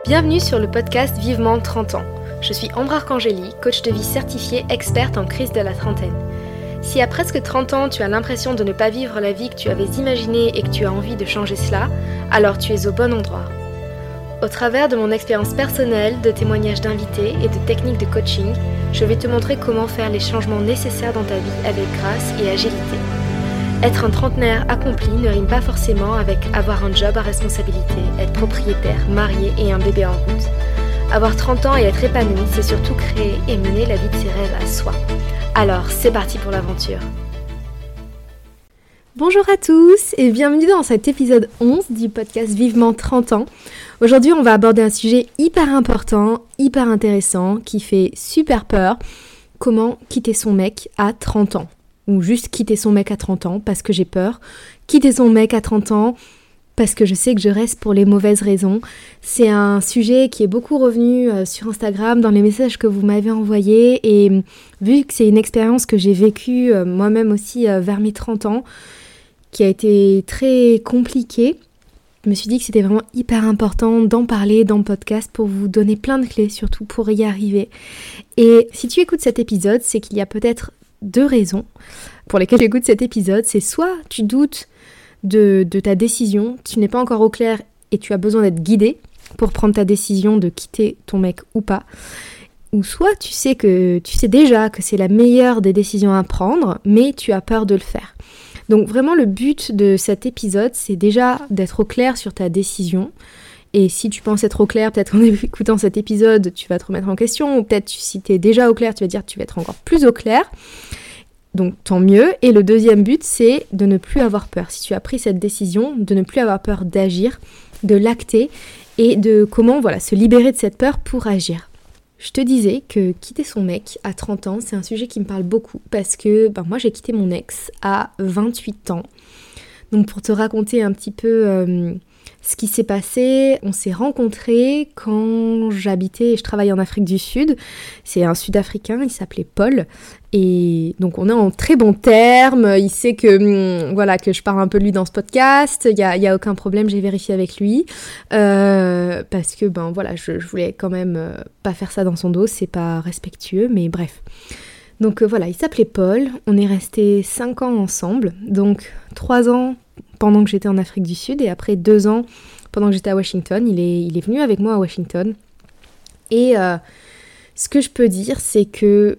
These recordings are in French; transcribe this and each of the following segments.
Bienvenue sur le podcast Vivement 30 ans. Je suis Ambre Arcangeli, coach de vie certifiée experte en crise de la trentaine. Si à presque 30 ans, tu as l'impression de ne pas vivre la vie que tu avais imaginée et que tu as envie de changer cela, alors tu es au bon endroit. Au travers de mon expérience personnelle, de témoignages d'invités et de techniques de coaching, je vais te montrer comment faire les changements nécessaires dans ta vie avec grâce et agilité. Être un trentenaire accompli ne rime pas forcément avec avoir un job à responsabilité, être propriétaire, marié et un bébé en route. Avoir 30 ans et être épanoui, c'est surtout créer et mener la vie de ses rêves à soi. Alors, c'est parti pour l'aventure. Bonjour à tous et bienvenue dans cet épisode 11 du podcast Vivement 30 ans. Aujourd'hui, on va aborder un sujet hyper important, hyper intéressant, qui fait super peur. Comment quitter son mec à 30 ans. Ou juste quitter son mec à 30 ans parce que j'ai peur. Quitter son mec à 30 ans parce que je sais que je reste pour les mauvaises raisons. C'est un sujet qui est beaucoup revenu sur Instagram dans les messages que vous m'avez envoyés. Et vu que c'est une expérience que j'ai vécue moi-même aussi vers mes 30 ans, qui a été très compliquée, je me suis dit que c'était vraiment hyper important d'en parler dans le podcast pour vous donner plein de clés, surtout pour y arriver. Et si tu écoutes cet épisode, c'est qu'il y a peut-être deux raisons pour lesquelles j'écoute cet épisode. C'est soit tu doutes de ta décision, tu n'es pas encore au clair et tu as besoin d'être guidé pour prendre ta décision de quitter ton mec ou pas. Ou soit tu sais déjà que c'est la meilleure des décisions à prendre, mais tu as peur de le faire. Donc vraiment le but de cet épisode, c'est déjà d'être au clair sur ta décision. Et si tu penses être au clair, peut-être qu'en écoutant cet épisode, tu vas te remettre en question. Ou peut-être si tu es déjà au clair, tu vas dire que tu vas être encore plus au clair. Donc tant mieux. Et le deuxième but, c'est de ne plus avoir peur. Si tu as pris cette décision, de ne plus avoir peur d'agir, de l'acter et de comment se libérer de cette peur pour agir. Je te disais que quitter son mec à 30 ans, c'est un sujet qui me parle beaucoup parce que moi j'ai quitté mon ex à 28 ans. Donc pour te raconter un petit peu ce qui s'est passé, on s'est rencontrés quand j'habitais et je travaillais en Afrique du Sud. C'est un Sud-Africain, il s'appelait Paul. Et donc on est en très bons termes, il sait que je parle un peu de lui dans ce podcast, il y a aucun problème, j'ai vérifié avec lui, parce que je voulais quand même pas faire ça dans son dos, c'est pas respectueux, mais bref. Donc il s'appelait Paul, on est restés 5 ans ensemble, donc 3 ans pendant que j'étais en Afrique du Sud et après 2 ans pendant que j'étais à Washington. Il est venu avec moi à Washington. Et ce que je peux dire, c'est que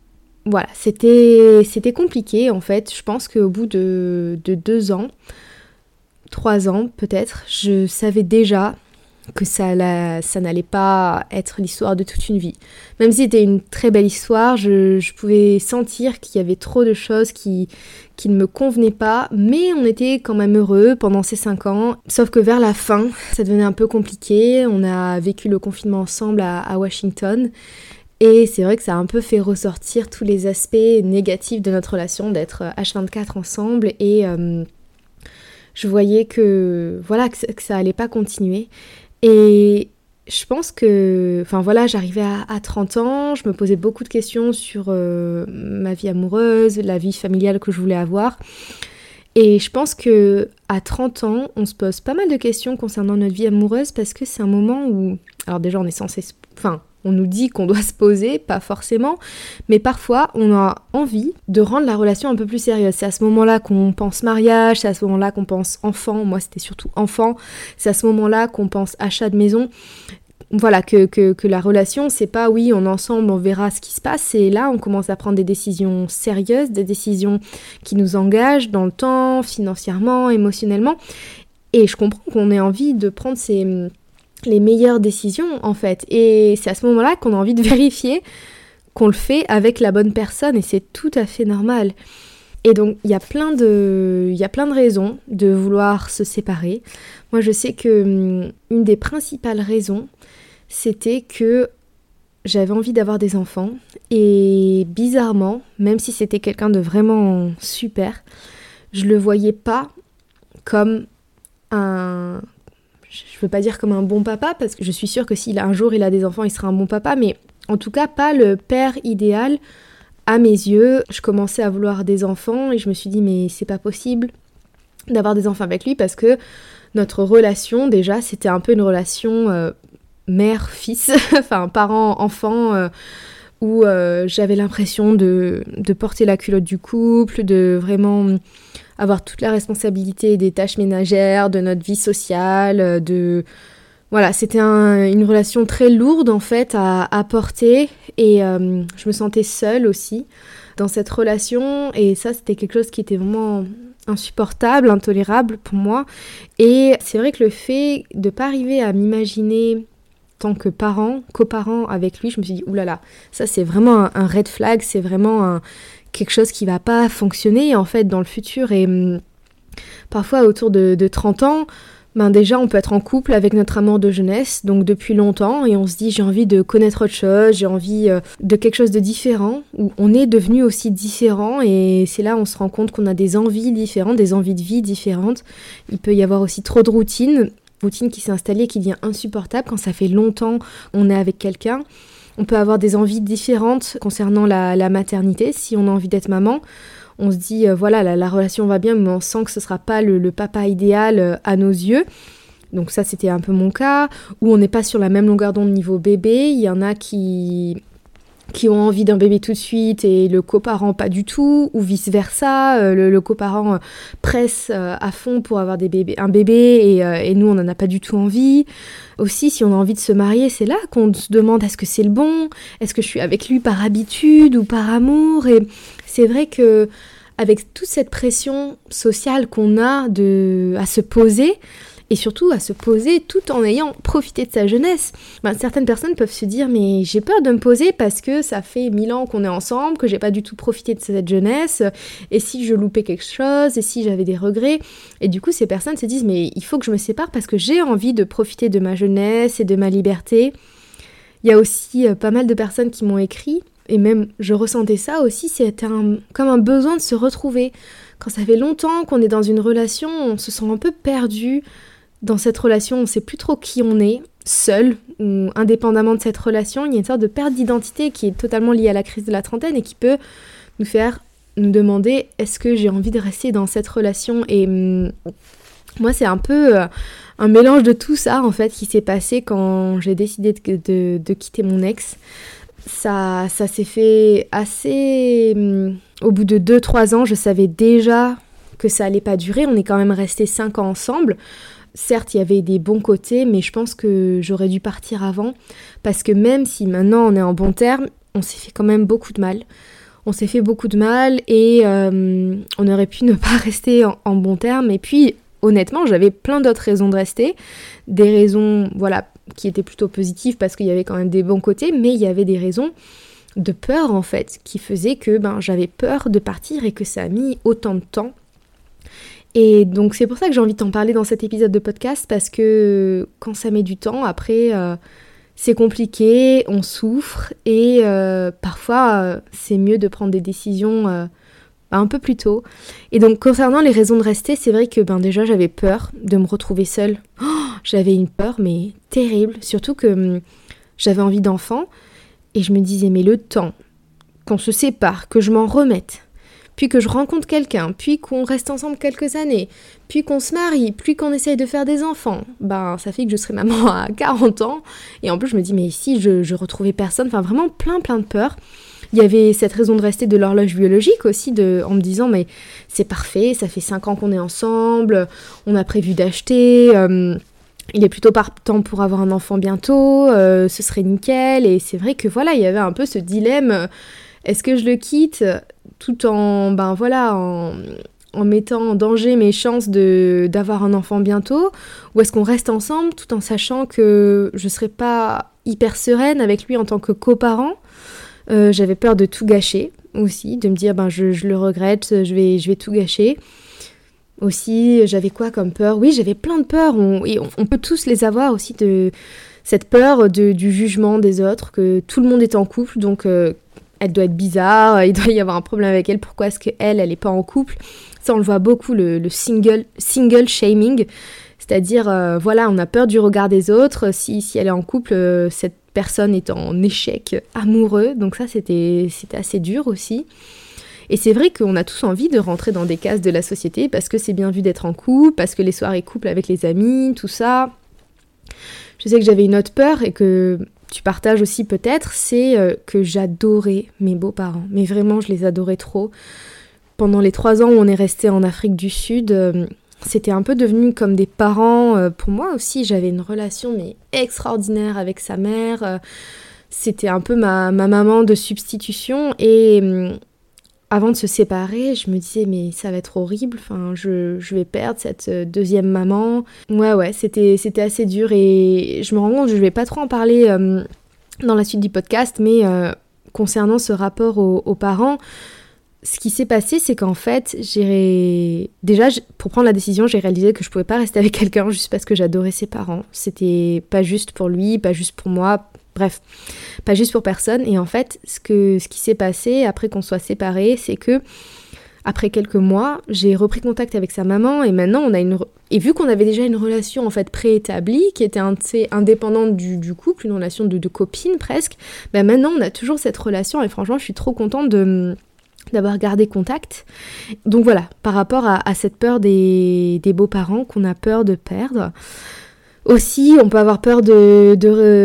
c'était compliqué en fait. Je pense qu'au bout de 2 ans, 3 ans peut-être, je savais déjà que ça n'allait pas être l'histoire de toute une vie. Même si c'était une très belle histoire, je pouvais sentir qu'il y avait trop de choses qui ne me convenaient pas, mais on était quand même heureux pendant ces 5 ans. Sauf que vers la fin, ça devenait un peu compliqué. On a vécu le confinement ensemble à Washington. Et c'est vrai que ça a un peu fait ressortir tous les aspects négatifs de notre relation, d'être H24 ensemble. Et je voyais que ça allait pas continuer. Et je pense que, j'arrivais à 30 ans, je me posais beaucoup de questions sur ma vie amoureuse, la vie familiale que je voulais avoir. Et je pense que à 30 ans, on se pose pas mal de questions concernant notre vie amoureuse parce que c'est un moment où, alors déjà on est censé, on nous dit qu'on doit se poser, pas forcément, mais parfois on a envie de rendre la relation un peu plus sérieuse. C'est à ce moment-là qu'on pense mariage, c'est à ce moment-là qu'on pense enfant, moi c'était surtout enfant, c'est à ce moment-là qu'on pense achat de maison. Que la relation, c'est pas oui, on est ensemble, on verra ce qui se passe, et là on commence à prendre des décisions sérieuses, des décisions qui nous engagent dans le temps, financièrement, émotionnellement, et je comprends qu'on ait envie de prendre les meilleures décisions en fait, et c'est à ce moment-là qu'on a envie de vérifier qu'on le fait avec la bonne personne, et c'est tout à fait normal. Et donc il y a plein de raisons de vouloir se séparer. Moi je sais que une des principales raisons, c'était que j'avais envie d'avoir des enfants, et bizarrement, même si c'était quelqu'un de vraiment super, je le voyais pas comme je veux pas dire comme un bon papa, parce que je suis sûre que si un jour il a des enfants, il sera un bon papa, mais en tout cas pas le père idéal à mes yeux. Je commençais à vouloir des enfants et je me suis dit mais c'est pas possible d'avoir des enfants avec lui, parce que notre relation déjà c'était un peu une relation mère-fils, enfin parent-enfant, où j'avais l'impression de porter la culotte du couple, de vraiment avoir toute la responsabilité des tâches ménagères, de notre vie sociale, Voilà, c'était une relation très lourde en fait à porter et je me sentais seule aussi dans cette relation et ça c'était quelque chose qui était vraiment insupportable, intolérable pour moi et c'est vrai que le fait de pas arriver à m'imaginer tant que coparent avec lui, je me suis dit oulala, ça c'est vraiment un red flag, c'est vraiment quelque chose qui va pas fonctionner en fait dans le futur et parfois autour de 30 ans, déjà on peut être en couple avec notre amour de jeunesse, donc depuis longtemps, et on se dit j'ai envie de connaître autre chose, j'ai envie de quelque chose de différent, où on est devenu aussi différent, et c'est là on se rend compte qu'on a des envies différentes, des envies de vie différentes. Il peut y avoir aussi trop de routine qui s'est installée, qui devient insupportable quand ça fait longtemps qu'on est avec quelqu'un. On peut avoir des envies différentes concernant la maternité, si on a envie d'être maman. On se dit, voilà, la relation va bien, mais on sent que ce ne sera pas le papa idéal à nos yeux. Donc ça, c'était un peu mon cas. Ou on n'est pas sur la même longueur d'onde niveau bébé. Il y en a qui ont envie d'un bébé tout de suite et le coparent pas du tout. Ou vice-versa, le coparent presse à fond pour avoir un bébé et nous, on n'en a pas du tout envie. Aussi, si on a envie de se marier, c'est là qu'on se demande est-ce que c'est le bon ? Est-ce que je suis avec lui par habitude ou par amour ? Et c'est vrai que avec toute cette pression sociale qu'on a à se poser, et surtout à se poser tout en ayant profité de sa jeunesse. Certaines personnes peuvent se dire mais j'ai peur de me poser parce que ça fait 1000 ans qu'on est ensemble, que j'ai pas du tout profité de cette jeunesse, et si je loupais quelque chose, et si j'avais des regrets. Et du coup ces personnes se disent mais il faut que je me sépare parce que j'ai envie de profiter de ma jeunesse et de ma liberté. Il y a aussi pas mal de personnes qui m'ont écrit, et même je ressentais ça aussi, c'était comme un besoin de se retrouver. Quand ça fait longtemps qu'on est dans une relation, on se sent un peu perdu dans cette relation, on ne sait plus trop qui on est, seul ou indépendamment de cette relation. Il y a une sorte de perte d'identité qui est totalement liée à la crise de la trentaine et qui peut nous demander est-ce que j'ai envie de rester dans cette relation. Et moi c'est un peu un mélange de tout ça en fait qui s'est passé quand j'ai décidé de quitter mon ex. Ça s'est fait assez... au bout de 2-3 ans, je savais déjà que ça allait pas durer. On est quand même restés 5 ans ensemble. Certes, il y avait des bons côtés, mais je pense que j'aurais dû partir avant. Parce que même si maintenant on est en bons termes, on s'est fait quand même beaucoup de mal. On s'est fait beaucoup de mal et on aurait pu ne pas rester en bons termes. Et puis, honnêtement, j'avais plein d'autres raisons de rester. Des raisons, voilà, qui étaient plutôt positives parce qu'il y avait quand même des bons côtés, mais il y avait des raisons de peur en fait, qui faisaient que j'avais peur de partir et que ça a mis autant de temps. Et donc c'est pour ça que j'ai envie de t'en parler dans cet épisode de podcast, parce que quand ça met du temps, après c'est compliqué, on souffre et parfois c'est mieux de prendre des décisions un peu plus tôt. Et donc concernant les raisons de rester, c'est vrai que déjà j'avais peur de me retrouver seule. J'avais une peur mais terrible, surtout que j'avais envie d'enfant et je me disais mais le temps qu'on se sépare, que je m'en remette, puis que je rencontre quelqu'un, puis qu'on reste ensemble quelques années, puis qu'on se marie, puis qu'on essaye de faire des enfants, ça fait que je serai maman à 40 ans, et en plus je me dis mais si je retrouvais personne, vraiment plein de peurs. Il y avait cette raison de rester de l'horloge biologique aussi, en me disant mais c'est parfait, ça fait 5 ans qu'on est ensemble, on a prévu d'acheter, il est plutôt partant pour avoir un enfant bientôt, ce serait nickel, et c'est vrai que voilà, il y avait un peu ce dilemme, est-ce que je le quitte tout en mettant en danger mes chances d'avoir un enfant bientôt, ou est-ce qu'on reste ensemble tout en sachant que je serai pas hyper sereine avec lui en tant que coparent. J'avais peur de tout gâcher aussi, de me dire je le regrette, je vais tout gâcher. Aussi, j'avais quoi comme peur ? Oui, j'avais plein de peurs, on peut tous les avoir aussi, de cette peur du jugement des autres, que tout le monde est en couple, donc elle doit être bizarre, il doit y avoir un problème avec elle, pourquoi est-ce qu'elle est pas en couple ? Ça on le voit beaucoup, le single shaming, c'est-à-dire on a peur du regard des autres, si elle est en couple, cette personne est en échec amoureux, donc ça c'était assez dur aussi. Et c'est vrai qu'on a tous envie de rentrer dans des cases de la société parce que c'est bien vu d'être en couple, parce que les soirées couple avec les amis, tout ça. Je sais que j'avais une autre peur et que tu partages aussi peut-être, c'est que j'adorais mes beaux-parents. Mais vraiment, je les adorais trop. Pendant les 3 ans où on est resté en Afrique du Sud, c'était un peu devenu comme des parents. Pour moi aussi, j'avais une relation mais extraordinaire avec sa mère. C'était un peu ma maman de substitution. Et avant de se séparer, je me disais mais ça va être horrible. Enfin, je vais perdre cette deuxième maman. Ouais, c'était assez dur. Et je me rends compte, je vais pas trop en parler dans la suite du podcast, mais concernant ce rapport aux parents, ce qui s'est passé, c'est qu'en fait, pour prendre la décision, j'ai réalisé que je pouvais pas rester avec quelqu'un juste parce que j'adorais ses parents. C'était pas juste pour lui, pas juste pour moi, bref, pas juste pour personne. Et en fait, ce qui s'est passé après qu'on soit séparés, c'est que après quelques mois, j'ai repris contact avec sa maman et maintenant et vu qu'on avait déjà une relation en fait préétablie qui était indépendante du couple, une relation de copine presque, ben maintenant on a toujours cette relation et franchement, je suis trop contente d'avoir gardé contact. Donc voilà, par rapport à cette peur des beaux-parents qu'on a peur de perdre. Aussi, on peut avoir peur de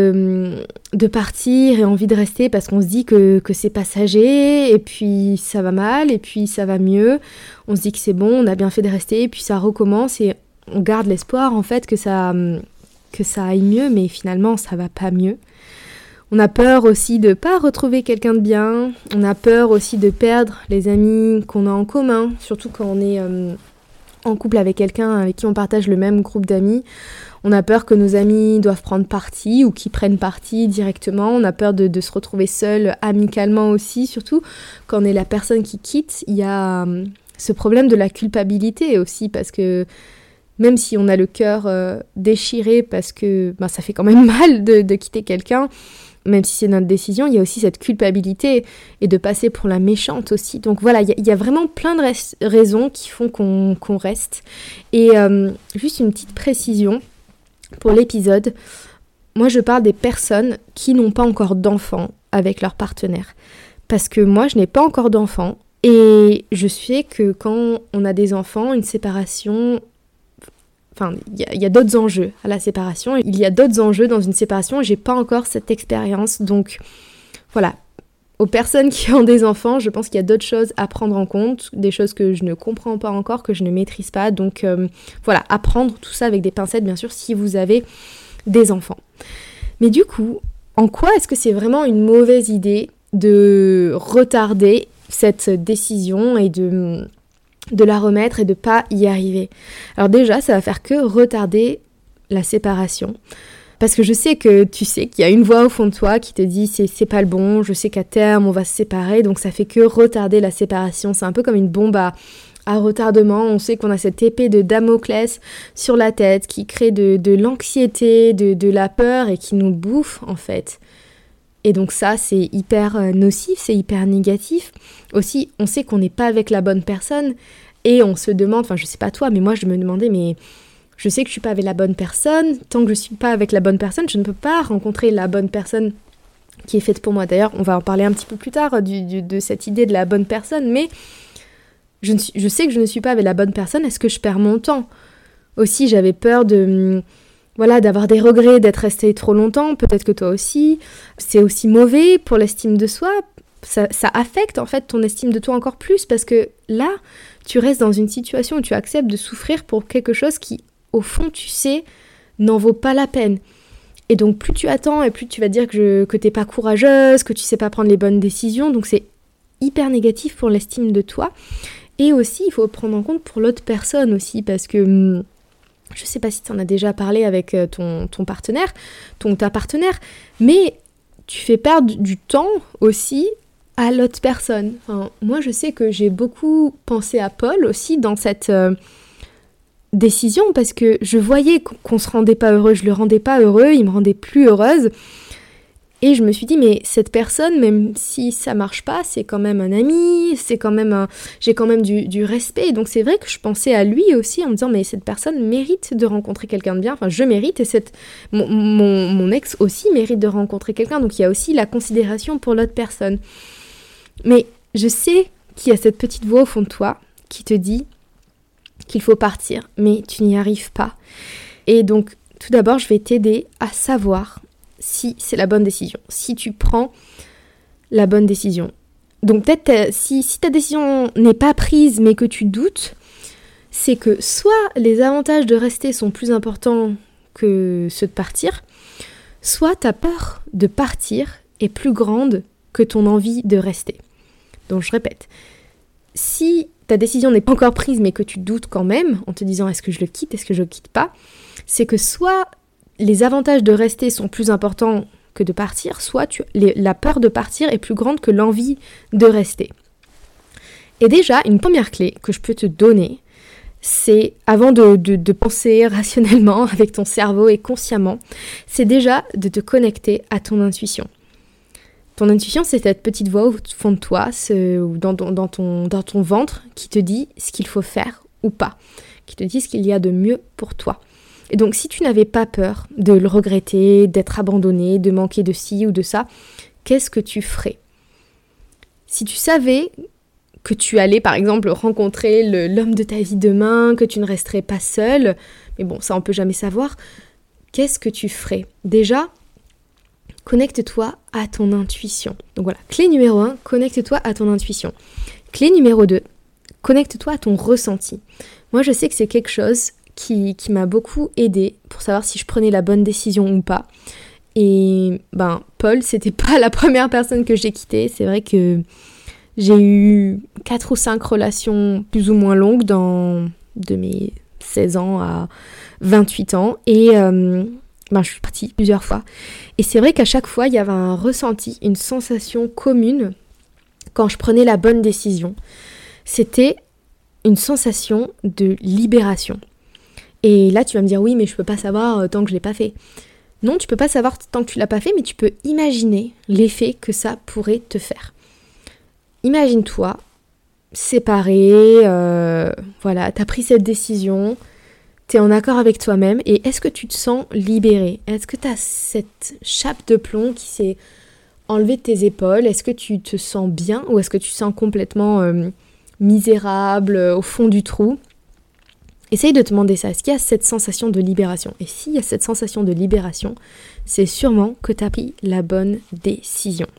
partir et envie de rester parce qu'on se dit que c'est passager et puis ça va mal et puis ça va mieux. On se dit que c'est bon, on a bien fait de rester et puis ça recommence et on garde l'espoir en fait que ça aille mieux, mais finalement ça va pas mieux. On a peur aussi de pas retrouver quelqu'un de bien. On a peur aussi de perdre les amis qu'on a en commun, surtout quand on est en couple avec quelqu'un avec qui on partage le même groupe d'amis. On a peur que nos amis doivent prendre parti ou qu'ils prennent parti directement. On a peur de se retrouver seul amicalement aussi, surtout quand on est la personne qui quitte. Il y a ce problème de la culpabilité aussi parce que même si on a le cœur déchiré parce que ça fait quand même mal de quitter quelqu'un, même si c'est notre décision, il y a aussi cette culpabilité et de passer pour la méchante aussi. Donc voilà, il y a vraiment plein de raisons qui font qu'on reste. Et juste une petite précision pour l'épisode. Moi, je parle des personnes qui n'ont pas encore d'enfants avec leur partenaire. Parce que moi, je n'ai pas encore d'enfants. Et je sais que quand on a des enfants, une séparation... Enfin, il y a d'autres enjeux à la séparation. Il y a d'autres enjeux dans une séparation et j'ai pas encore cette expérience. Donc, voilà. Aux personnes qui ont des enfants, je pense qu'il y a d'autres choses à prendre en compte, des choses que je ne comprends pas encore, que je ne maîtrise pas. Donc, voilà, apprendre tout ça avec des pincettes, bien sûr, si vous avez des enfants. Mais du coup, en quoi est-ce que c'est vraiment une mauvaise idée de retarder cette décision et de la remettre et de pas y arriver? Alors déjà, ça va faire que retarder la séparation. Parce que je sais que tu sais qu'il y a une voix au fond de toi qui te dit c'est pas le bon, je sais qu'à terme on va se séparer, donc ça fait que retarder la séparation. C'est un peu comme une bombe à retardement. On sait qu'on a cette épée de Damoclès sur la tête qui crée de l'anxiété, de la peur et qui nous bouffe en fait. Et donc ça, c'est hyper nocif, c'est hyper négatif. Aussi, on sait qu'on n'est pas avec la bonne personne et on se demande, enfin je sais pas toi, mais moi je me demandais, mais je sais que je suis pas avec la bonne personne. Tant que je suis pas avec la bonne personne, je ne peux pas rencontrer la bonne personne qui est faite pour moi. D'ailleurs, on va en parler un petit peu plus tard de cette idée de la bonne personne, mais je sais que je ne suis pas avec la bonne personne. Est-ce que je perds mon temps? Aussi, j'avais peur d'avoir des regrets, d'être restée trop longtemps, peut-être que toi aussi. C'est aussi mauvais pour l'estime de soi. Ça affecte en fait ton estime de toi encore plus parce que là, tu restes dans une situation où tu acceptes de souffrir pour quelque chose qui, au fond, tu sais, n'en vaut pas la peine. Et donc, plus tu attends et plus tu vas dire que t'es pas courageuse, que tu sais pas prendre les bonnes décisions. Donc, c'est hyper négatif pour l'estime de toi. Et aussi, il faut prendre en compte pour l'autre personne aussi parce que... je sais pas si tu en as déjà parlé avec ton partenaire, ta partenaire, mais tu fais perdre du temps aussi à l'autre personne. Enfin, moi, je sais que j'ai beaucoup pensé à Paul aussi dans cette décision parce que je voyais qu'on se rendait pas heureux, je le rendais pas heureux, il me rendait plus heureuse. Et je me suis dit, mais cette personne, même si ça marche pas, c'est quand même un ami, j'ai quand même du respect. Donc c'est vrai que je pensais à lui aussi en me disant, mais cette personne mérite de rencontrer quelqu'un de bien. Enfin, je mérite et mon ex aussi mérite de rencontrer quelqu'un. Donc il y a aussi la considération pour l'autre personne. Mais je sais qu'il y a cette petite voix au fond de toi qui te dit qu'il faut partir, mais tu n'y arrives pas. Et donc, tout d'abord, je vais t'aider à savoir si c'est la bonne décision, si tu prends la bonne décision. Donc peut-être si ta décision n'est pas prise mais que tu doutes, c'est que soit les avantages de rester sont plus importants que ceux de partir, soit ta peur de partir est plus grande que ton envie de rester. Donc je répète, si ta décision n'est pas encore prise mais que tu doutes quand même en te disant est-ce que je le quitte, est-ce que je le quitte pas, c'est que soit les avantages de rester sont plus importants que de partir, soit la peur de partir est plus grande que l'envie de rester. Et déjà, une première clé que je peux te donner, c'est, avant de penser rationnellement avec ton cerveau et consciemment, c'est déjà de te connecter à ton intuition. Ton intuition, c'est cette petite voix au fond de toi, dans ton ventre, qui te dit ce qu'il faut faire ou pas, qui te dit ce qu'il y a de mieux pour toi. Et donc, si tu n'avais pas peur de le regretter, d'être abandonné, de manquer de ci ou de ça, qu'est-ce que tu ferais ? Si tu savais que tu allais, par exemple, rencontrer l'homme de ta vie demain, que tu ne resterais pas seule, mais bon, ça on peut jamais savoir, qu'est-ce que tu ferais ? Déjà, connecte-toi à ton intuition. Donc voilà, clé numéro 1, connecte-toi à ton intuition. Clé numéro 2, connecte-toi à ton ressenti. Moi, je sais que c'est quelque chose qui m'a beaucoup aidée pour savoir si je prenais la bonne décision ou pas. Et Paul, c'était pas la première personne que j'ai quittée. C'est vrai que j'ai eu 4 ou 5 relations plus ou moins longues de mes 16 ans à 28 ans. Et je suis partie plusieurs fois. Et c'est vrai qu'à chaque fois, il y avait un ressenti, une sensation commune quand je prenais la bonne décision. C'était une sensation de libération. Et là, tu vas me dire, oui, mais je peux pas savoir tant que je l'ai pas fait. Non, tu peux pas savoir tant que tu l'as pas fait, mais tu peux imaginer l'effet que ça pourrait te faire. Imagine-toi, séparé, t'as pris cette décision, t'es en accord avec toi-même, et est-ce que tu te sens libéré ? Est-ce que t'as cette chape de plomb qui s'est enlevée de tes épaules ? Est-ce que tu te sens bien, ou est-ce que tu te sens complètement misérable, au fond du trou ? Essaye de te demander ça, est-ce qu'il y a cette sensation de libération ? Et s'il y a cette sensation de libération, c'est sûrement que tu as pris la bonne décision.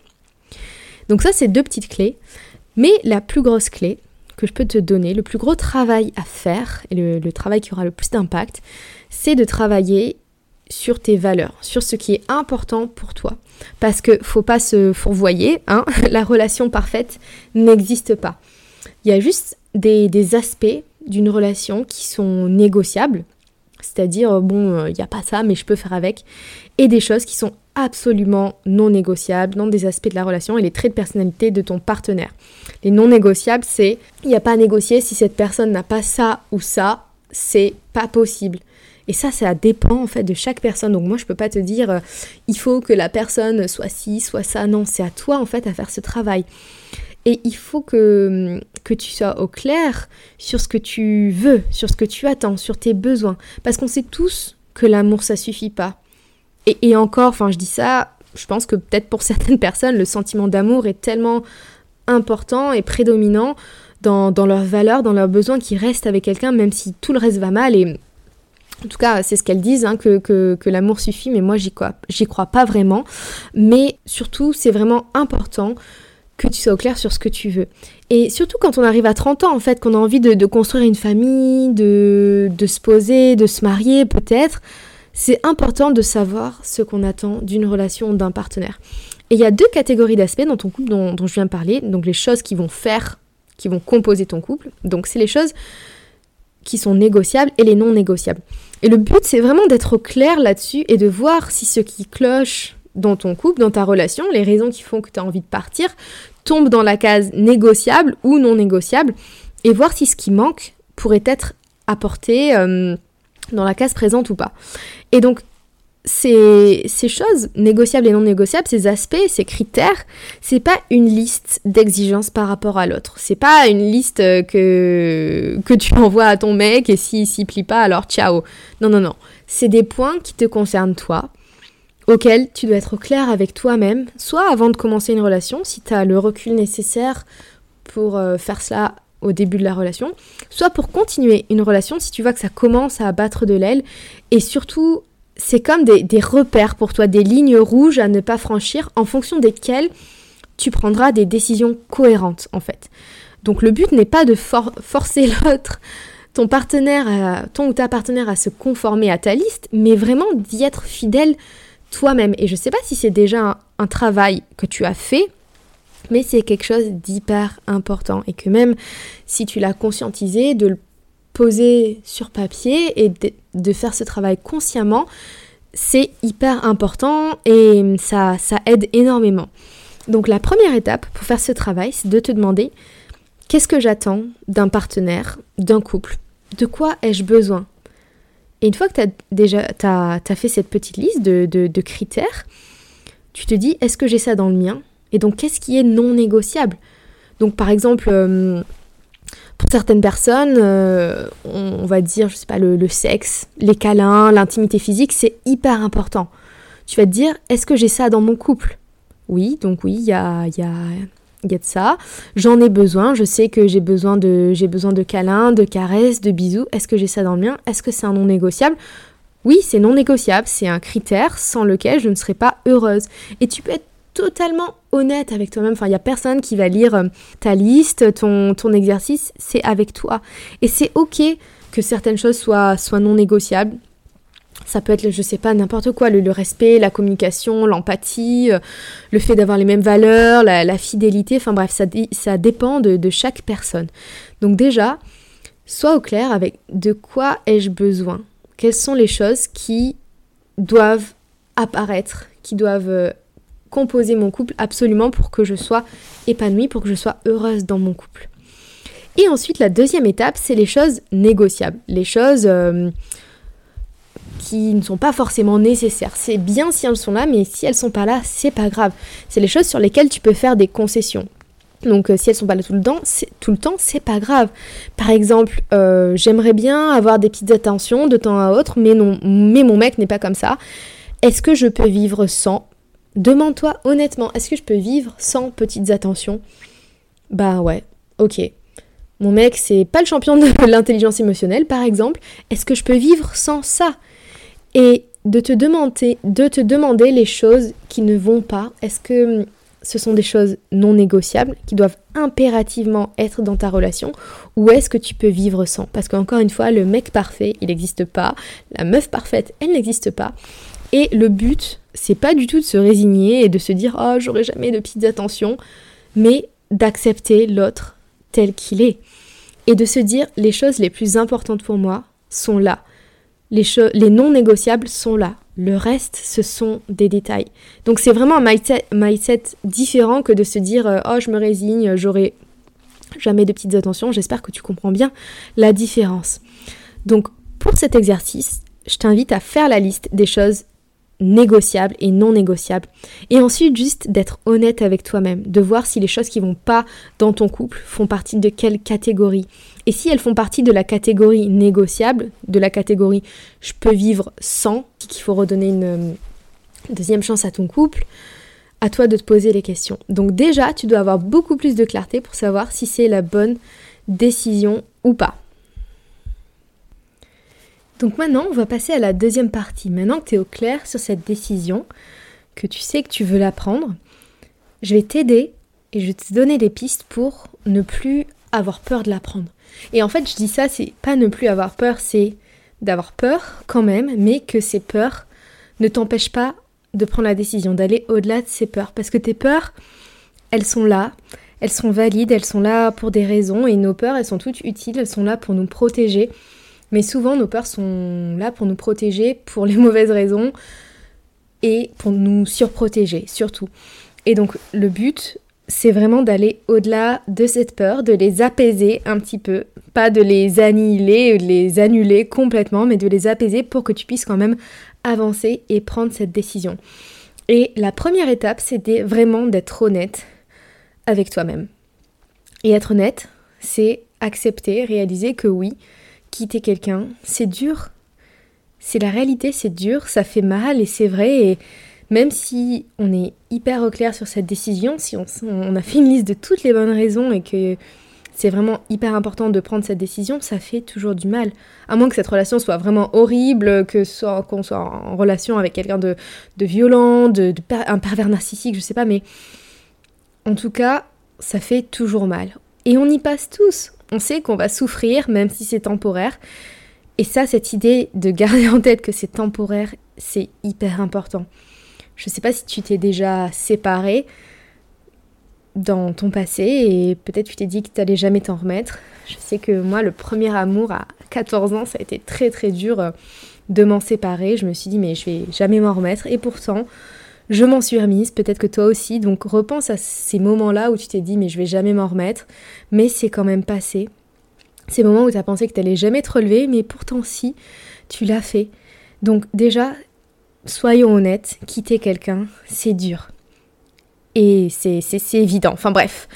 Donc ça, c'est 2 petites clés. Mais la plus grosse clé que je peux te donner, le plus gros travail à faire, et le travail qui aura le plus d'impact, c'est de travailler sur tes valeurs, sur ce qui est important pour toi. Parce que faut pas se fourvoyer, la relation parfaite n'existe pas. Il y a juste des aspects d'une relation qui sont négociables, c'est-à-dire, il n'y a pas ça, mais je peux faire avec, et des choses qui sont absolument non négociables dans des aspects de la relation et les traits de personnalité de ton partenaire. Les non négociables, c'est, il n'y a pas à négocier, si cette personne n'a pas ça ou ça, c'est pas possible. Et ça dépend en fait de chaque personne. Donc moi, je peux pas te dire, il faut que la personne soit ci, soit ça. Non, c'est à toi en fait à faire ce travail. Et il faut que tu sois au clair sur ce que tu veux, sur ce que tu attends, sur tes besoins. Parce qu'on sait tous que l'amour, ça suffit pas. Et encore, je dis ça, je pense que peut-être pour certaines personnes, le sentiment d'amour est tellement important et prédominant dans leurs valeurs, dans leurs besoins, qu'ils restent avec quelqu'un, même si tout le reste va mal. Et en tout cas, c'est ce qu'elles disent, que l'amour suffit, mais moi, j'y crois pas vraiment. Mais surtout, c'est vraiment important que tu sois au clair sur ce que tu veux. Et surtout quand on arrive à 30 ans, en fait, qu'on a envie de construire une famille, de se poser, de se marier peut-être, c'est important de savoir ce qu'on attend d'une relation, d'un partenaire. Et il y a 2 catégories d'aspects dans ton couple dont je viens de parler, donc les choses qui vont composer ton couple, donc c'est les choses qui sont négociables et les non négociables. Et le but, c'est vraiment d'être au clair là-dessus et de voir si ce qui cloche dans ton couple, dans ta relation, les raisons qui font que tu as envie de partir, tombent dans la case négociable ou non négociable, et voir si ce qui manque pourrait être apporté dans la case présente ou pas. Et donc, ces choses négociables et non négociables, ces aspects, ces critères, c'est pas une liste d'exigences par rapport à l'autre. C'est pas une liste que tu envoies à ton mec et s'il s'y plie pas, alors ciao. Non. C'est des points qui te concernent toi, auquel tu dois être au clair avec toi-même, soit avant de commencer une relation, si tu as le recul nécessaire pour faire cela au début de la relation, soit pour continuer une relation si tu vois que ça commence à battre de l'aile, et surtout c'est comme des repères pour toi, des lignes rouges à ne pas franchir en fonction desquelles tu prendras des décisions cohérentes en fait. Donc le but n'est pas de forcer l'autre, ton ou ta partenaire à se conformer à ta liste, mais vraiment d'y être fidèle toi-même. Et je sais pas si c'est déjà un travail que tu as fait, mais c'est quelque chose d'hyper important et que même si tu l'as conscientisé, de le poser sur papier et de faire ce travail consciemment, c'est hyper important et ça aide énormément. Donc la première étape pour faire ce travail, c'est de te demander qu'est-ce que j'attends d'un partenaire, d'un couple, de quoi ai-je besoin? Et une fois que t'as fait cette petite liste de critères, tu te dis est-ce que j'ai ça dans le mien? Et donc qu'est-ce qui est non négociable? Donc par exemple, pour certaines personnes, on va dire, je sais pas, le sexe, les câlins, l'intimité physique, c'est hyper important. Tu vas te dire, est-ce que j'ai ça dans mon couple? Oui, donc oui, il y a de ça. J'en ai besoin, je sais que j'ai besoin de câlins, de caresses, de bisous. Est-ce que j'ai ça dans le mien? Est-ce que c'est un non négociable? Oui, c'est non négociable, c'est un critère sans lequel je ne serais pas heureuse. Et tu peux être totalement honnête avec toi-même. Enfin, il n'y a personne qui va lire ta liste, ton exercice, c'est avec toi. Et c'est ok que certaines choses soient non négociables. Ça peut être, je sais pas, n'importe quoi, le respect, la communication, l'empathie, le fait d'avoir les mêmes valeurs, la fidélité, enfin bref, ça dépend de chaque personne. Donc déjà, sois au clair avec de quoi ai-je besoin. Quelles sont les choses qui doivent apparaître, qui doivent composer mon couple absolument pour que je sois épanouie, pour que je sois heureuse dans mon couple. Et ensuite, la deuxième étape, c'est les choses négociables, les choses qui ne sont pas forcément nécessaires. C'est bien si elles sont là, mais si elles sont pas là, c'est pas grave. C'est les choses sur lesquelles tu peux faire des concessions. Donc si elles sont pas là tout le temps, c'est pas grave. Par exemple, j'aimerais bien avoir des petites attentions de temps à autre, mais mon mec n'est pas comme ça. Est-ce que je peux vivre sans? Demande-toi honnêtement, est-ce que je peux vivre sans petites attentions? Bah ouais, ok. Mon mec, c'est pas le champion de l'intelligence émotionnelle, par exemple. Est-ce que je peux vivre sans ça? Et de te demander les choses qui ne vont pas. Est-ce que ce sont des choses non négociables qui doivent impérativement être dans ta relation, ou est-ce que tu peux vivre sans? Parce qu'encore une fois, le mec parfait, il n'existe pas. La meuf parfaite, elle n'existe pas. Et le but, c'est pas du tout de se résigner et de se dire « Oh, j'aurai jamais de petites attentions », mais d'accepter l'autre tel qu'il est. Et de se dire « Les choses les plus importantes pour moi sont là. Les non négociables sont là. Le reste, ce sont des détails. » Donc c'est vraiment un mindset différent que de se dire « Oh, je me résigne, j'aurai jamais de petites attentions ». J'espère que tu comprends bien la différence. Donc pour cet exercice, je t'invite à faire la liste des choses négociables et non négociables. Et ensuite, juste d'être honnête avec toi-même, de voir si les choses qui vont pas dans ton couple font partie de quelle catégorie. Et si elles font partie de la catégorie négociable, de la catégorie je peux vivre sans, qu'il faut redonner une deuxième chance à ton couple, à toi de te poser les questions. Donc déjà, tu dois avoir beaucoup plus de clarté pour savoir si c'est la bonne décision ou pas. Donc maintenant, on va passer à la deuxième partie. Maintenant que tu es au clair sur cette décision, que tu sais que tu veux la prendre, je vais t'aider et je vais te donner des pistes pour ne plus avoir peur de la prendre. Et en fait, je dis ça, c'est pas ne plus avoir peur, c'est d'avoir peur quand même, mais que ces peurs ne t'empêchent pas de prendre la décision, d'aller au-delà de ces peurs. Parce que tes peurs, elles sont là, elles sont valides, elles sont là pour des raisons, et nos peurs, elles sont toutes utiles, elles sont là pour nous protéger. Mais souvent, nos peurs sont là pour nous protéger pour les mauvaises raisons et pour nous surprotéger, surtout. Et donc, le but, c'est vraiment d'aller au-delà de cette peur, de les apaiser un petit peu. Pas de les annihiler, de les annuler complètement, mais de les apaiser pour que tu puisses quand même avancer et prendre cette décision. Et la première étape, c'était vraiment d'être honnête avec toi-même. Et être honnête, c'est accepter, réaliser que oui, quitter quelqu'un, c'est dur. C'est la réalité, c'est dur, ça fait mal et c'est vrai. Et même si on est hyper au clair sur cette décision, si on a fait une liste de toutes les bonnes raisons et que c'est vraiment hyper important de prendre cette décision, ça fait toujours du mal. À moins que cette relation soit vraiment horrible, qu'on soit en relation avec quelqu'un de violent, un pervers narcissique, je sais pas, mais en tout cas, ça fait toujours mal. Et on y passe tous. On sait qu'on va souffrir, même si c'est temporaire. Et ça, cette idée de garder en tête que c'est temporaire, c'est hyper important. Je sais pas si tu t'es déjà séparé dans ton passé et peut-être tu t'es dit que tu n'allais jamais t'en remettre. Je sais que moi, le premier amour à 14 ans, ça a été très très dur de m'en séparer. Je me suis dit mais je vais jamais m'en remettre et pourtant je m'en suis remise, peut-être que toi aussi. Donc repense à ces moments-là où tu t'es dit mais je vais jamais m'en remettre, mais c'est quand même passé. Ces moments où tu as pensé que tu n'allais jamais te relever, mais pourtant si, tu l'as fait. Donc déjà, soyons honnêtes, quitter quelqu'un, c'est dur. Et c'est évident, enfin bref.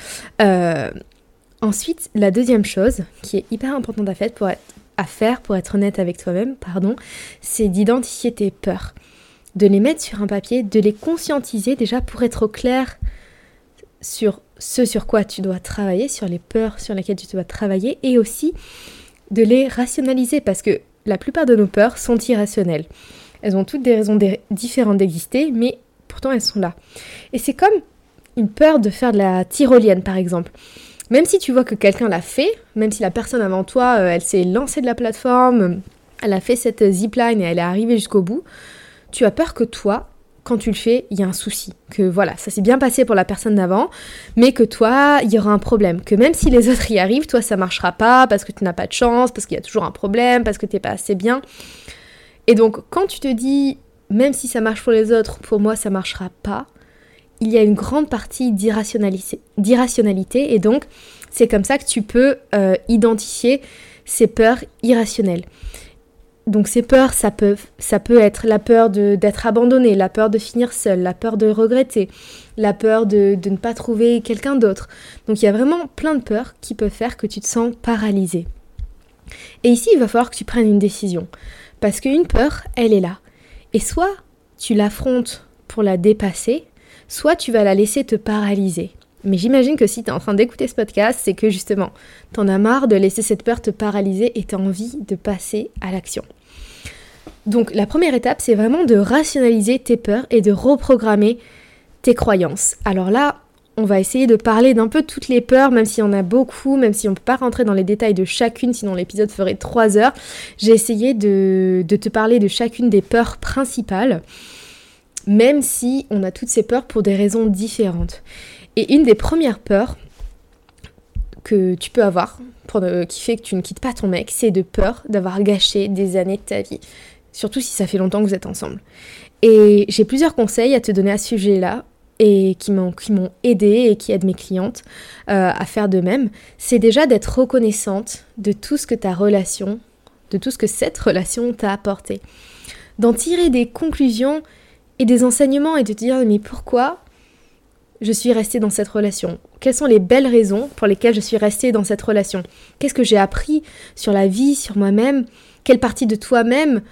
Ensuite, la deuxième chose qui est hyper importante à faire pour être honnête avec toi-même, c'est d'identifier tes peurs. De les mettre sur un papier, de les conscientiser déjà pour être au clair sur ce sur quoi tu dois travailler, sur les peurs sur lesquelles tu dois travailler et aussi de les rationaliser parce que la plupart de nos peurs sont irrationnelles. Elles ont toutes des raisons différentes d'exister, mais pourtant elles sont là. Et c'est comme une peur de faire de la tyrolienne par exemple. Même si tu vois que quelqu'un l'a fait, même si la personne avant toi, elle s'est lancée de la plateforme, elle a fait cette zipline et elle est arrivée jusqu'au bout, tu as peur que toi, quand tu le fais, il y a un souci. Que voilà, ça s'est bien passé pour la personne d'avant, mais que toi, il y aura un problème. Que même si les autres y arrivent, toi, ça marchera pas parce que tu n'as pas de chance, parce qu'il y a toujours un problème, parce que t'es pas assez bien. Et donc, quand tu te dis, même si ça marche pour les autres, pour moi, ça marchera pas, il y a une grande partie d'irrationalité et donc, c'est comme ça que tu peux identifier ces peurs irrationnelles. Donc ces peurs, ça peut être la peur d'être abandonné, la peur de finir seul, la peur de regretter, la peur de ne pas trouver quelqu'un d'autre. Donc il y a vraiment plein de peurs qui peuvent faire que tu te sens paralysé. Et ici, il va falloir que tu prennes une décision. Parce qu'une peur, elle est là. Et soit tu l'affrontes pour la dépasser, soit tu vas la laisser te paralyser. Mais j'imagine que si tu es en train d'écouter ce podcast, c'est que justement, t'en as marre de laisser cette peur te paralyser et tu as envie de passer à l'action. Donc la première étape, c'est vraiment de rationaliser tes peurs et de reprogrammer tes croyances. Alors là, on va essayer de parler d'un peu toutes les peurs, même s'il y en a beaucoup, même si on ne peut pas rentrer dans les détails de chacune, sinon l'épisode ferait 3 heures. J'ai essayé de te parler de chacune des peurs principales, même si on a toutes ces peurs pour des raisons différentes. Et une des premières peurs que tu peux avoir, qui fait que tu ne quittes pas ton mec, c'est de peur d'avoir gâché des années de ta vie. Surtout si ça fait longtemps que vous êtes ensemble. Et j'ai plusieurs conseils à te donner à ce sujet-là, et qui m'ont aidée et qui aident mes clientes à faire de même. C'est déjà d'être reconnaissante de tout ce que cette relation t'a apporté. D'en tirer des conclusions et des enseignements et de te dire mais pourquoi je suis restée dans cette relation? Quelles sont les belles raisons pour lesquelles je suis restée dans cette relation? Qu'est-ce que j'ai appris sur la vie, sur moi-même? Quelle partie de toi-même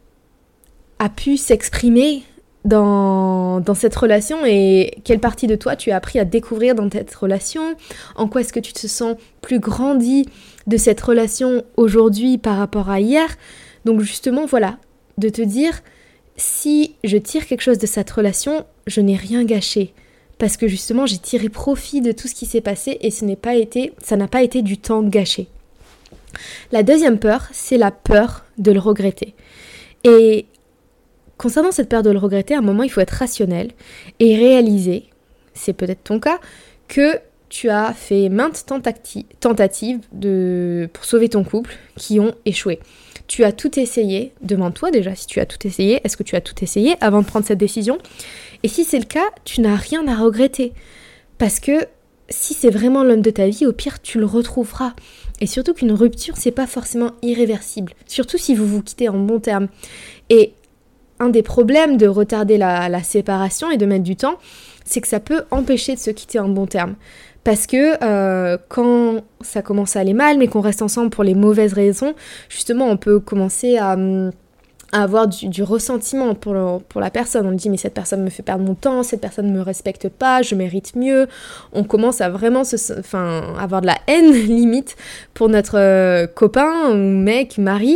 a pu s'exprimer dans cette relation et quelle partie de toi tu as appris à découvrir dans cette relation? En quoi est-ce que tu te sens plus grandi de cette relation aujourd'hui par rapport à hier? Donc justement, voilà, de te dire, si je tire quelque chose de cette relation, je n'ai rien gâché. Parce que justement, j'ai tiré profit de tout ce qui s'est passé et ça n'a pas été du temps gâché. La deuxième peur, c'est la peur de le regretter. Et concernant cette peur de le regretter, à un moment, il faut être rationnel et réaliser, c'est peut-être ton cas, que tu as fait maintes tentatives pour sauver ton couple qui ont échoué. Tu as tout essayé, demande-toi déjà si tu as tout essayé, est-ce que tu as tout essayé avant de prendre cette décision? Et si c'est le cas, tu n'as rien à regretter. Parce que si c'est vraiment l'homme de ta vie, au pire, tu le retrouveras. Et surtout qu'une rupture, c'est pas forcément irréversible. Surtout si vous vous quittez en bons termes. Et un des problèmes de retarder la séparation et de mettre du temps, c'est que ça peut empêcher de se quitter en bons termes. Parce que quand ça commence à aller mal, mais qu'on reste ensemble pour les mauvaises raisons, justement, on peut commencer à à avoir du ressentiment pour la personne. On dit mais cette personne me fait perdre mon temps, cette personne ne me respecte pas, je mérite mieux. On commence à vraiment avoir de la haine limite pour notre copain ou mec, mari,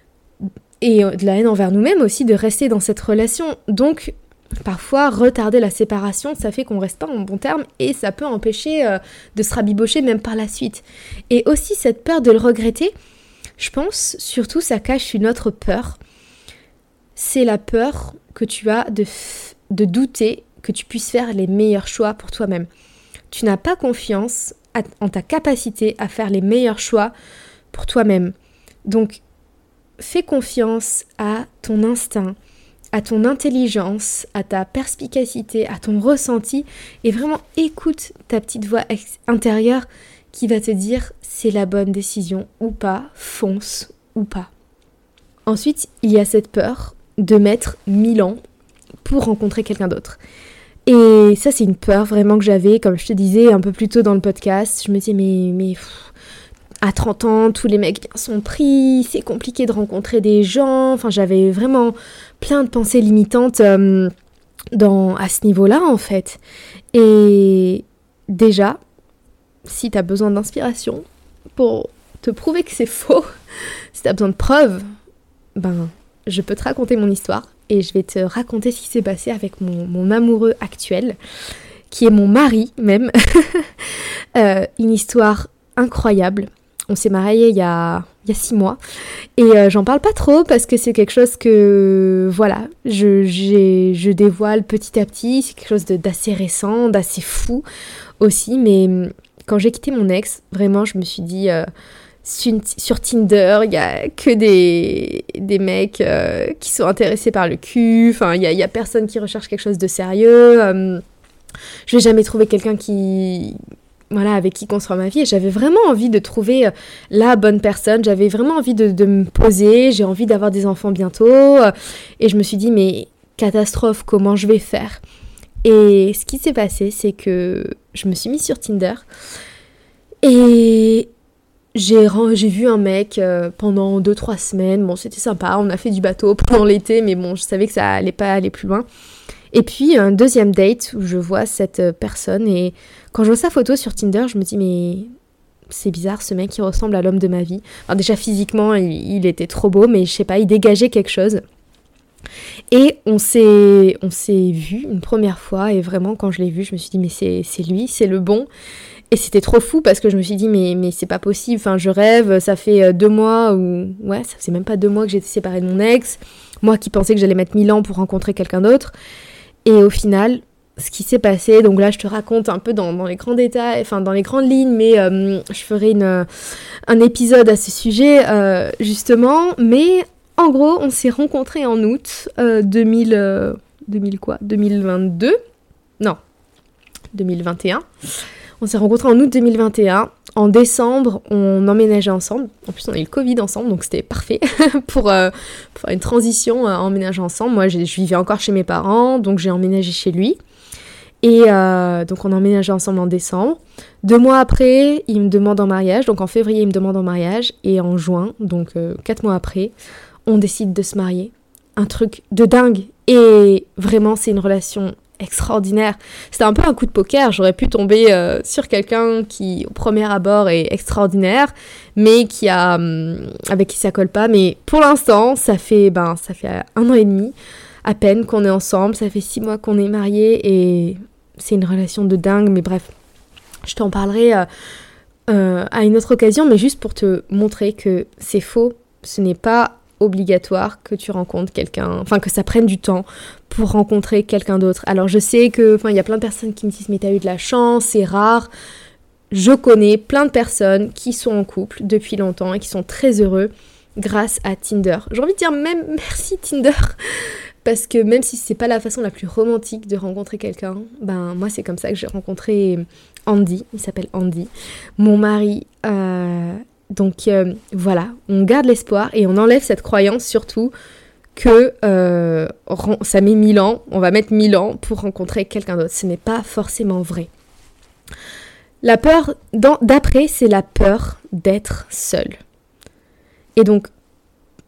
et de la haine envers nous-mêmes aussi de rester dans cette relation. Donc parfois retarder la séparation, ça fait qu'on reste pas en bon terme et ça peut empêcher de se rabibocher même par la suite. Et aussi cette peur de le regretter, je pense surtout ça cache une autre peur. C'est la peur que tu as de douter que tu puisses faire les meilleurs choix pour toi-même. Tu n'as pas confiance en ta capacité à faire les meilleurs choix pour toi-même. Donc, fais confiance à ton instinct, à ton intelligence, à ta perspicacité, à ton ressenti et vraiment écoute ta petite voix intérieure qui va te dire c'est la bonne décision ou pas, fonce ou pas. Ensuite, il y a cette peur de mettre 1000 ans pour rencontrer quelqu'un d'autre. Et ça, c'est une peur vraiment que j'avais, comme je te disais un peu plus tôt dans le podcast. Je me disais, mais à 30 ans, tous les mecs sont pris, c'est compliqué de rencontrer des gens. Enfin, j'avais vraiment plein de pensées limitantes à ce niveau-là, en fait. Et déjà, si t'as besoin d'inspiration pour te prouver que c'est faux, si t'as besoin de preuves, je peux te raconter mon histoire et je vais te raconter ce qui s'est passé avec mon amoureux actuel, qui est mon mari même. Une histoire incroyable. On s'est mariés il y a 6 mois et j'en parle pas trop parce que c'est quelque chose que je dévoile petit à petit. C'est quelque chose d'assez récent, d'assez fou aussi. Mais quand j'ai quitté mon ex, vraiment je me suis dit... sur Tinder, il y a que des mecs qui sont intéressés par le cul. Enfin, il y a personne qui recherche quelque chose de sérieux. Je vais jamais trouver quelqu'un avec qui construire ma vie. Et j'avais vraiment envie de trouver la bonne personne. J'avais vraiment envie de me poser. J'ai envie d'avoir des enfants bientôt. Et je me suis dit, mais catastrophe, comment je vais faire ? Et ce qui s'est passé, c'est que je me suis mise sur Tinder. Et... J'ai vu un mec pendant 2-3 semaines, bon c'était sympa, on a fait du bateau pendant l'été, mais bon je savais que ça allait pas aller plus loin. Et puis un deuxième date où je vois cette personne et quand je vois sa photo sur Tinder, je me dis mais c'est bizarre, ce mec il ressemble à l'homme de ma vie. Alors déjà physiquement il était trop beau, mais je sais pas, il dégageait quelque chose. Et on s'est vu une première fois et vraiment quand je l'ai vu je me suis dit mais c'est lui, c'est le bon. Et c'était trop fou parce que je me suis dit mais c'est pas possible, enfin je rêve, ça fait 2 mois ça faisait même pas 2 mois que j'étais séparée de mon ex, moi qui pensais que j'allais mettre 1000 ans pour rencontrer quelqu'un d'autre. Et au final, ce qui s'est passé, donc là je te raconte un peu dans les grands détails, enfin dans les grandes lignes, mais je ferai un épisode à ce sujet justement, mais en gros on s'est rencontrés en août 2022 Non, 2021. On s'est rencontrés en août 2021. En décembre, on emménageait ensemble. En plus, on a eu le Covid ensemble, donc c'était parfait pour faire une transition emménager ensemble. Moi, je vivais encore chez mes parents, donc j'ai emménagé chez lui. Et donc, on a emménagé ensemble en décembre. 2 mois après, il me demande en mariage. Donc, en février, il me demande en mariage. Et en juin, donc 4 mois après, on décide de se marier. Un truc de dingue. Et vraiment, c'est une relation extraordinaire. C'était un peu un coup de poker. J'aurais pu tomber sur quelqu'un qui, au premier abord, est extraordinaire, mais avec qui ça colle pas. Mais pour l'instant, ça fait 1 an et demi à peine qu'on est ensemble. Ça fait 6 mois qu'on est mariés et c'est une relation de dingue. Mais bref, je t'en parlerai à une autre occasion, mais juste pour te montrer que c'est faux. Ce n'est pas obligatoire que tu rencontres quelqu'un, enfin que ça prenne du temps pour rencontrer quelqu'un d'autre. Alors je sais que, il y a plein de personnes qui me disent mais t'as eu de la chance, c'est rare. Je connais plein de personnes qui sont en couple depuis longtemps et qui sont très heureux grâce à Tinder. J'ai envie de dire même merci Tinder, parce que même si c'est pas la façon la plus romantique de rencontrer quelqu'un, moi c'est comme ça que j'ai rencontré Andy, il s'appelle Andy, mon mari. Donc voilà, on garde l'espoir et on enlève cette croyance surtout que ça met 1000 ans, on va mettre 1000 ans pour rencontrer quelqu'un d'autre. Ce n'est pas forcément vrai. La peur d'après, c'est la peur d'être seul. Et donc,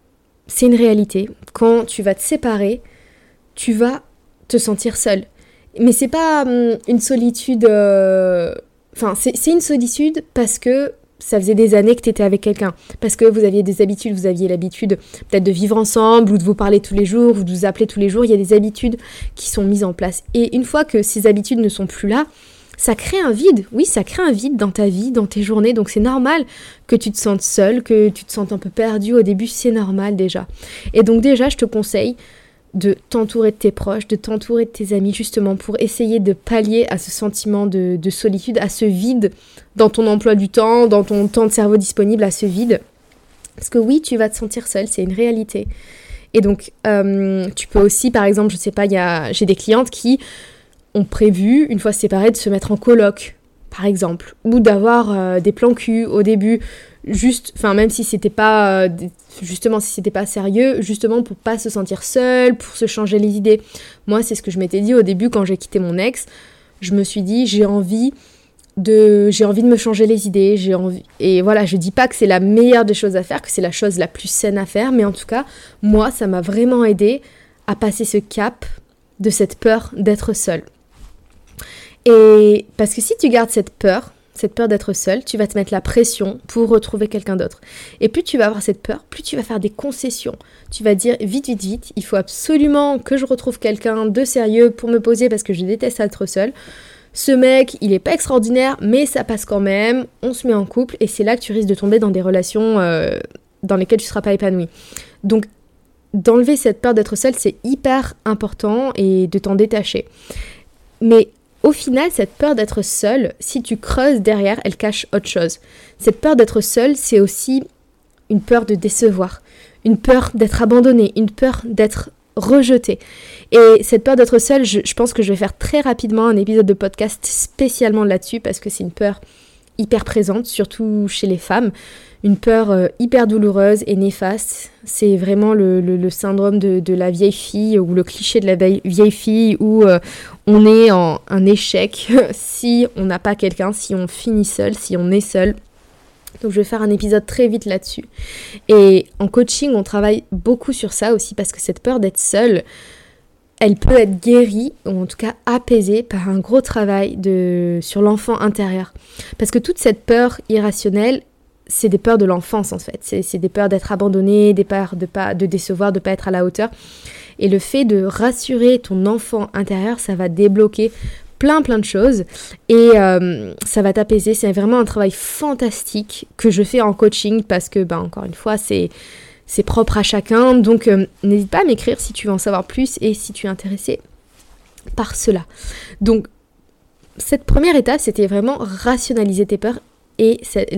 c'est une réalité. Quand tu vas te séparer, tu vas te sentir seul. Mais c'est pas une solitude... c'est une solitude parce que ça faisait des années que tu étais avec quelqu'un. Parce que vous aviez des habitudes, vous aviez l'habitude peut-être de vivre ensemble ou de vous parler tous les jours ou de vous appeler tous les jours. Il y a des habitudes qui sont mises en place. Et une fois que ces habitudes ne sont plus là, ça crée un vide. Oui, ça crée un vide dans ta vie, dans tes journées. Donc c'est normal que tu te sentes seul, que tu te sentes un peu perdu au début. C'est normal déjà. Et donc déjà, je te conseille de t'entourer de tes proches, de t'entourer de tes amis, justement pour essayer de pallier à ce sentiment de solitude, à ce vide dans ton emploi du temps, dans ton temps de cerveau disponible, à ce vide. Parce que oui, tu vas te sentir seul, c'est une réalité. Et donc, tu peux aussi, par exemple, je sais pas, j'ai des clientes qui ont prévu, une fois séparées, de se mettre en coloc, par exemple, ou d'avoir des plans cul au début, même si c'était pas si c'était pas sérieux, justement pour pas se sentir seule, pour se changer les idées. Moi, c'est ce que je m'étais dit au début quand j'ai quitté mon ex. Je me suis dit, j'ai envie de me changer les idées, et voilà, je dis pas que c'est la meilleure des choses à faire, que c'est la chose la plus saine à faire, mais en tout cas, moi, ça m'a vraiment aidé à passer ce cap de cette peur d'être seule. Et parce que si tu gardes cette peur d'être seule, tu vas te mettre la pression pour retrouver quelqu'un d'autre. Et plus tu vas avoir cette peur, plus tu vas faire des concessions. Tu vas dire vite, il faut absolument que je retrouve quelqu'un de sérieux pour me poser parce que je déteste être seule. Ce mec, il est pas extraordinaire, mais ça passe quand même. On se met en couple et c'est là que tu risques de tomber dans des relations dans lesquelles tu seras pas épanoui. Donc, d'enlever cette peur d'être seule, c'est hyper important et de t'en détacher. Mais au final, cette peur d'être seule, si tu creuses derrière, elle cache autre chose. Cette peur d'être seule, c'est aussi une peur de décevoir, une peur d'être abandonnée, une peur d'être rejetée. Et cette peur d'être seule, je pense que je vais faire très rapidement un épisode de podcast spécialement là-dessus parce que c'est une peur hyper présente, surtout chez les femmes. Une peur hyper douloureuse et néfaste. C'est vraiment le syndrome de la vieille fille ou le cliché de la vieille fille où on est en un échec si on n'a pas quelqu'un, si on finit seul, si on est seul. Donc je vais faire un épisode très vite là-dessus. Et en coaching, on travaille beaucoup sur ça aussi parce que cette peur d'être seule, elle peut être guérie, ou en tout cas apaisée par un gros travail sur l'enfant intérieur. Parce que toute cette peur irrationnelle, c'est des peurs de l'enfance en fait. C'est des peurs d'être abandonné, des peurs de décevoir, de ne pas être à la hauteur. Et le fait de rassurer ton enfant intérieur, ça va débloquer plein de choses et ça va t'apaiser. C'est vraiment un travail fantastique que je fais en coaching parce que, encore une fois, c'est propre à chacun. Donc, n'hésite pas à m'écrire si tu veux en savoir plus et si tu es intéressé par cela. Donc, cette première étape, c'était vraiment rationaliser tes peurs. Et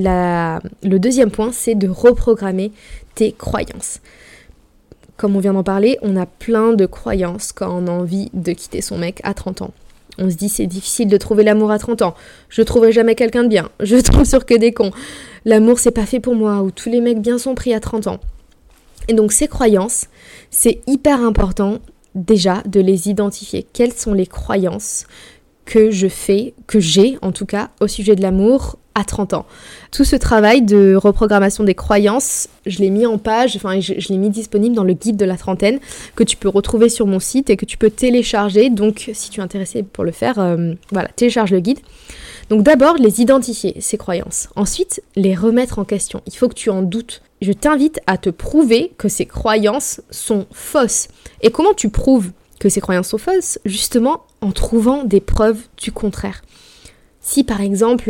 le deuxième point, c'est de reprogrammer tes croyances. Comme on vient d'en parler, on a plein de croyances quand on a envie de quitter son mec à 30 ans. On se dit c'est difficile de trouver l'amour à 30 ans. Je trouverai jamais quelqu'un de bien. Je tombe sur que des cons. L'amour c'est pas fait pour moi. Ou tous les mecs bien sont pris à 30 ans. Et donc ces croyances, c'est hyper important déjà de les identifier. Quelles sont les croyances que j'ai en tout cas au sujet de l'amour à 30 ans. Tout ce travail de reprogrammation des croyances, je l'ai mis en page, je l'ai mis disponible dans le guide de la trentaine que tu peux retrouver sur mon site et que tu peux télécharger. Donc si tu es intéressé pour le faire, télécharge le guide. Donc d'abord, les identifier, ces croyances. Ensuite, les remettre en question. Il faut que tu en doutes. Je t'invite à te prouver que ces croyances sont fausses. Et comment tu prouves que ces croyances sont fausses? Justement, en trouvant des preuves du contraire. Si par exemple,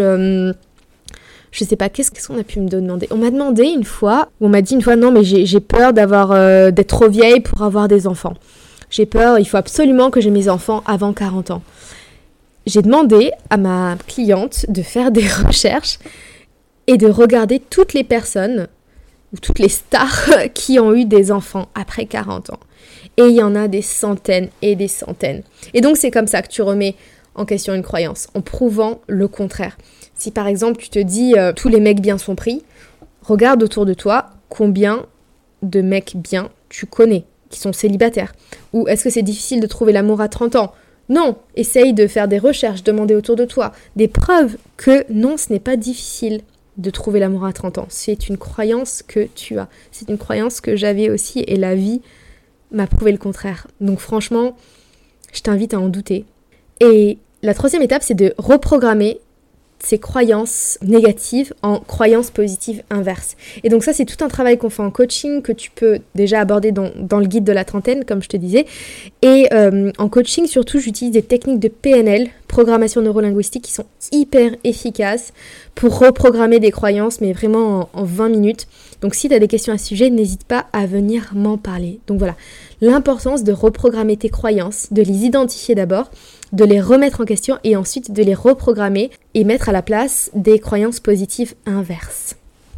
je sais pas, qu'est-ce qu'on a pu me demander? On m'a demandé une fois, ou on m'a dit une fois, non mais j'ai peur d'être trop vieille pour avoir des enfants. J'ai peur, il faut absolument que j'ai mes enfants avant 40 ans. J'ai demandé à ma cliente de faire des recherches et de regarder toutes les personnes ou toutes les stars qui ont eu des enfants après 40 ans. Et il y en a des centaines et des centaines. Et donc c'est comme ça que tu remets en question une croyance, en prouvant le contraire. Si par exemple tu te dis tous les mecs bien sont pris, regarde autour de toi combien de mecs bien tu connais qui sont célibataires. Ou est-ce que c'est difficile de trouver l'amour à 30 ans? Non, essaye de faire des recherches, demander autour de toi des preuves que non, ce n'est pas difficile. de trouver l'amour à 30 ans. C'est une croyance que tu as. C'est une croyance que j'avais aussi et la vie m'a prouvé le contraire. Donc franchement, je t'invite à en douter. Et la troisième étape, c'est de reprogrammer ces croyances négatives en croyances positives inverses. Et donc ça, c'est tout un travail qu'on fait en coaching, que tu peux déjà aborder dans le guide de la trentaine, comme je te disais. Et en coaching, surtout, j'utilise des techniques de PNL, programmation neurolinguistique, qui sont hyper efficaces pour reprogrammer des croyances, mais vraiment en 20 minutes. Donc si tu as des questions à ce sujet, n'hésite pas à venir m'en parler. Donc voilà, l'importance de reprogrammer tes croyances, de les identifier d'abord, de les remettre en question et ensuite de les reprogrammer et mettre à la place des croyances positives inverses.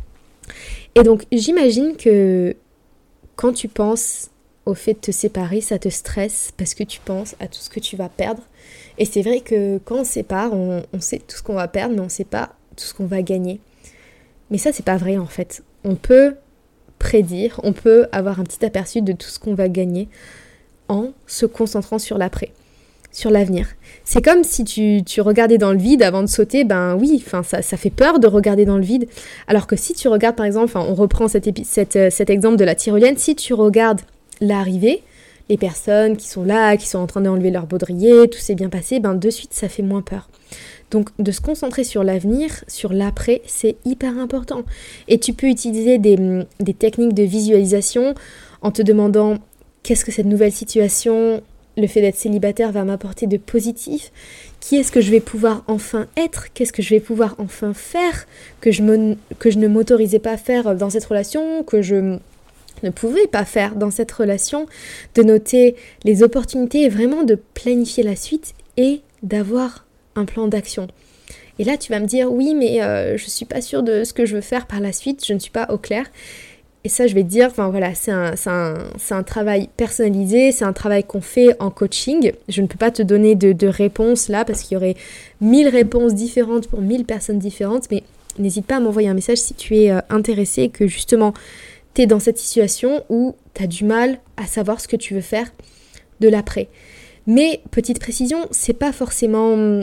Et donc j'imagine que quand tu penses au fait de te séparer, ça te stresse parce que tu penses à tout ce que tu vas perdre. Et c'est vrai que quand on se sépare, on sait tout ce qu'on va perdre, mais on ne sait pas tout ce qu'on va gagner. Mais ça, c'est pas vrai en fait. On peut prédire, on peut avoir un petit aperçu de tout ce qu'on va gagner en se concentrant sur l'après, sur l'avenir. C'est comme si tu regardais dans le vide avant de sauter, ben oui, ça fait peur de regarder dans le vide. Alors que si tu regardes par exemple, on reprend cet exemple de la tyrolienne, si tu regardes l'arrivée, les personnes qui sont là, qui sont en train d'enlever leur baudrier, tout s'est bien passé, ben de suite ça fait moins peur. Donc de se concentrer sur l'avenir, sur l'après, c'est hyper important. Et tu peux utiliser des techniques de visualisation en te demandant qu'est-ce que cette nouvelle situation, le fait d'être célibataire va m'apporter de positif, qui est-ce que je vais pouvoir enfin être, qu'est-ce que je vais pouvoir enfin faire, que je ne m'autorisais pas à faire dans cette relation, que je ne pouvais pas faire dans cette relation, de noter les opportunités et vraiment de planifier la suite et d'avoir un plan d'action. Et là, tu vas me dire, oui, mais je suis pas sûre de ce que je veux faire par la suite, je ne suis pas au clair. Et ça, je vais te dire, c'est un travail personnalisé, c'est un travail qu'on fait en coaching. Je ne peux pas te donner de réponses là, parce qu'il y aurait 1000 réponses différentes pour 1000 personnes différentes, mais n'hésite pas à m'envoyer un message si tu es intéressé et que justement, tu es dans cette situation où tu as du mal à savoir ce que tu veux faire de l'après. Mais, petite précision, c'est pas forcément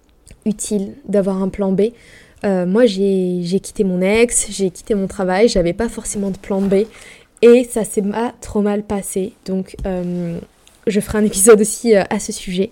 utile d'avoir un plan B. Moi, j'ai quitté mon ex, j'ai quitté mon travail, j'avais pas forcément de plan B et ça s'est trop mal passé. Donc, je ferai un épisode aussi à ce sujet.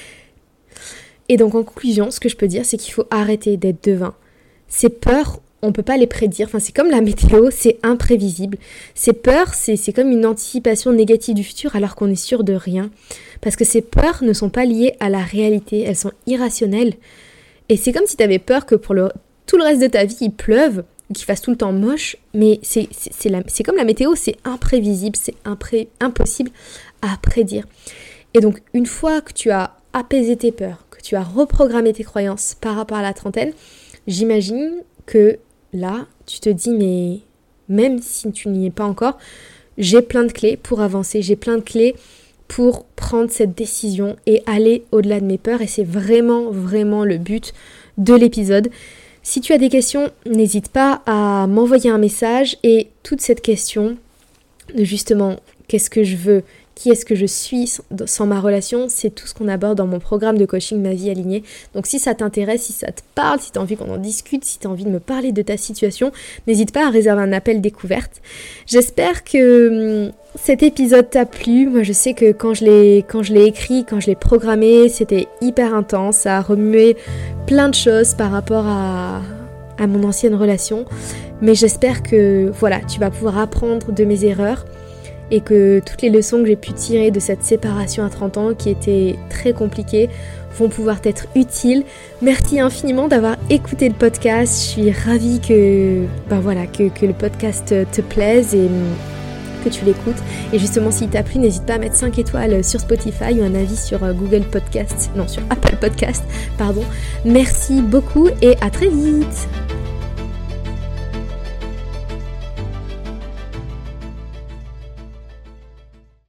Et donc, en conclusion, ce que je peux dire, c'est qu'il faut arrêter d'être devin. Ces peurs, on peut pas les prédire. Enfin, c'est comme la météo, c'est imprévisible. Ces peurs, c'est comme une anticipation négative du futur alors qu'on est sûr de rien. Parce que ces peurs ne sont pas liées à la réalité, elles sont irrationnelles. Et c'est comme si tu avais peur que pour tout le reste de ta vie, il pleuve, qu'il fasse tout le temps moche, mais c'est comme la météo, c'est imprévisible, c'est impossible à prédire. Et donc, une fois que tu as apaisé tes peurs, que tu as reprogrammé tes croyances par rapport à la trentaine, j'imagine que là, tu te dis, mais même si tu n'y es pas encore, j'ai plein de clés pour avancer, j'ai plein de clés pour prendre cette décision et aller au-delà de mes peurs. Et c'est vraiment, vraiment le but de l'épisode. Si tu as des questions, n'hésite pas à m'envoyer un message. Et toute cette question de justement, qu'est-ce que je veux ? Qui est-ce que je suis sans ma relation ? C'est tout ce qu'on aborde dans mon programme de coaching Ma vie alignée. Donc si ça t'intéresse, si ça te parle, si tu as envie qu'on en discute, si tu as envie de me parler de ta situation, n'hésite pas à réserver un appel découverte. J'espère que cet épisode t'a plu. Moi je sais que quand je l'ai écrit, quand je l'ai programmé, c'était hyper intense. Ça a remué plein de choses par rapport à mon ancienne relation. Mais j'espère que voilà, tu vas pouvoir apprendre de mes erreurs. Et que toutes les leçons que j'ai pu tirer de cette séparation à 30 ans, qui était très compliquée, vont pouvoir t'être utiles. Merci infiniment d'avoir écouté le podcast. Je suis ravie que le podcast te plaise et que tu l'écoutes. Et justement, s'il t'a plu, n'hésite pas à mettre 5 étoiles sur Spotify ou un avis sur sur Apple Podcast, pardon. Merci beaucoup et à très vite.